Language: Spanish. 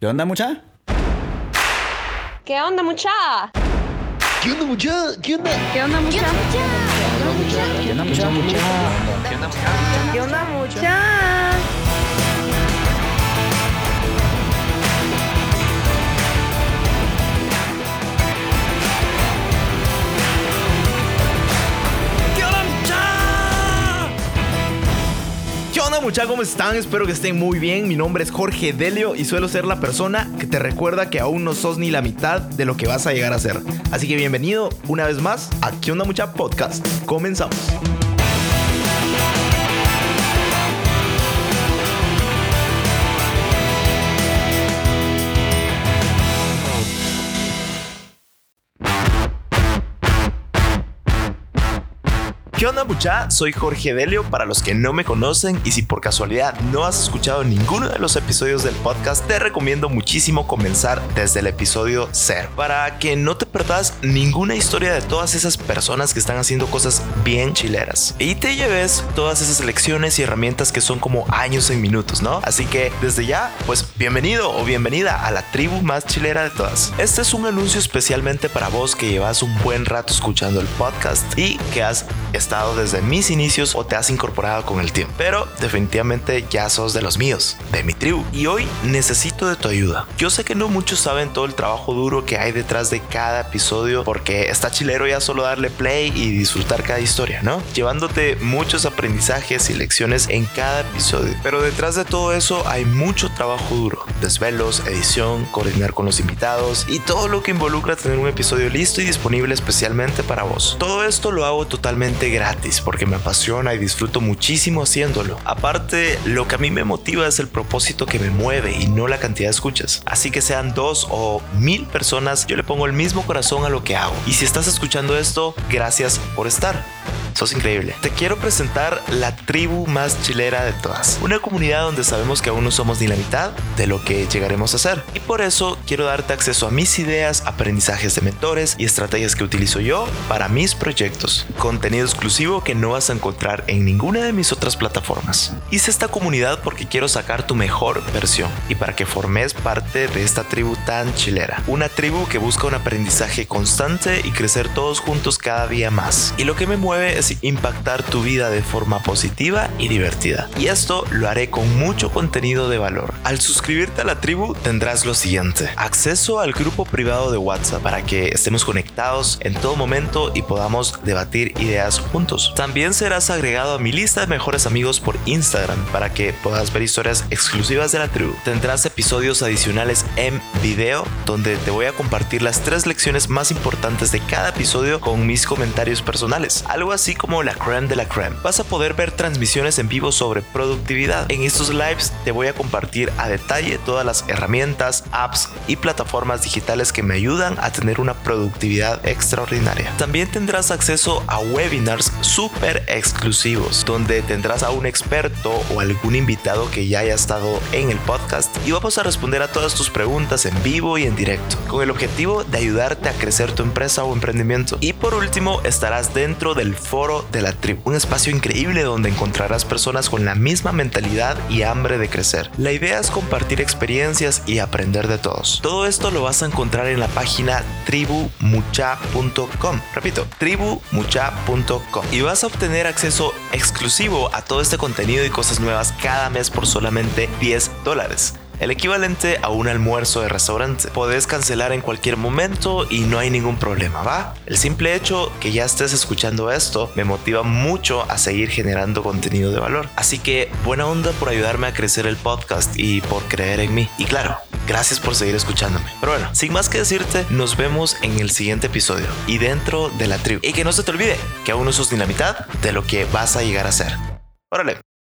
¿Qué onda, mucha? ¿Qué onda, mucha? ¿Qué onda, mucha? ¿Qué onda? ¿Qué onda, mucha? ¿Qué onda, mucha? ¿Qué onda, mucha? ¿Qué onda, mucha? ¿Cómo están? Espero que estén muy bien. Mi nombre es Jorge Delio y suelo ser la persona que te recuerda que aún no sos ni la mitad de lo que vas a llegar a ser. Así que bienvenido una vez más a ¿Qué onda, mucha? Podcast. Comenzamos. ¿Qué onda, mucha? Soy Jorge Delio para los que no me conocen, y si por casualidad no has escuchado ninguno de los episodios del podcast, te recomiendo muchísimo comenzar desde el episodio 0 para que no te perdas ninguna historia de todas esas personas que están haciendo cosas bien chileras y te lleves todas esas lecciones y herramientas que son como años en minutos, ¿no? Así que desde ya, pues bienvenido o bienvenida a la tribu más chilera de todas. Este es un anuncio especialmente para vos que llevas un buen rato escuchando el podcast y que has estado desde mis inicios o te has incorporado con el tiempo, pero definitivamente ya sos de los míos, de mi tribu, y hoy necesito de tu ayuda. Yo sé que no muchos saben todo el trabajo duro que hay detrás de cada episodio, porque está chilero ya solo darle play y disfrutar cada historia, ¿no? Llevándote muchos aprendizajes y lecciones en cada episodio, pero detrás de todo eso hay mucho trabajo duro: desvelos, edición, coordinar con los invitados y todo lo que involucra tener un episodio listo y disponible especialmente para vos. Todo esto lo hago totalmente gratis porque me apasiona y disfruto muchísimo haciéndolo. Aparte, lo que a mí me motiva es el propósito que me mueve y no la cantidad de escuchas. Así que sean 2 o 1000 personas, yo le pongo el mismo corazón a lo que hago. Y si estás escuchando esto, gracias por estar. Sos increíble. Te quiero presentar la tribu más chilera de todas. Una comunidad donde sabemos que aún no somos ni la mitad de lo que llegaremos a ser. Y por eso quiero darte acceso a mis ideas, aprendizajes de mentores y estrategias que utilizo yo para mis proyectos. Contenido exclusivo que no vas a encontrar en ninguna de mis otras plataformas. Hice esta comunidad porque quiero sacar tu mejor versión y para que formes parte de esta tribu tan chilera. Una tribu que busca un aprendizaje constante y crecer todos juntos cada día más. Y lo que me mueve es impactar tu vida de forma positiva y divertida. Y esto lo haré con mucho contenido de valor. Al suscribirte a la tribu tendrás lo siguiente: acceso al grupo privado de WhatsApp para que estemos conectados en todo momento y podamos debatir ideas juntos. También serás agregado a mi lista de mejores amigos por Instagram para que puedas ver historias exclusivas de la tribu. Tendrás episodios adicionales en video donde te voy a compartir las 3 lecciones más importantes de cada episodio con mis comentarios personales. Algo así como la crème de la crème. Vas a poder ver transmisiones en vivo sobre productividad. En estos lives te voy a compartir a detalle todas las herramientas, apps y plataformas digitales que me ayudan a tener una productividad extraordinaria. También tendrás acceso a webinars súper exclusivos donde tendrás a un experto o algún invitado que ya haya estado en el podcast y vamos a responder a todas tus preguntas en vivo y en directo con el objetivo de ayudarte a crecer tu empresa o emprendimiento. Y por último, estarás dentro del foro de la tribu, un espacio increíble donde encontrarás personas con la misma mentalidad y hambre de crecer. La idea es compartir experiencias y aprender de todos. Todo esto lo vas a encontrar en la página tribumucha.com. Repito, tribumucha.com, y vas a obtener acceso exclusivo a todo este contenido y cosas nuevas cada mes por solamente $10. El equivalente a un almuerzo de restaurante. Podés cancelar en cualquier momento y no hay ningún problema, ¿va? El simple hecho que ya estés escuchando esto me motiva mucho a seguir generando contenido de valor. Así que buena onda por ayudarme a crecer el podcast y por creer en mí. Y claro, gracias por seguir escuchándome. Pero bueno, sin más que decirte, nos vemos en el siguiente episodio y dentro de la tribu. Y que no se te olvide que aún no sos ni la mitad de lo que vas a llegar a ser. Órale.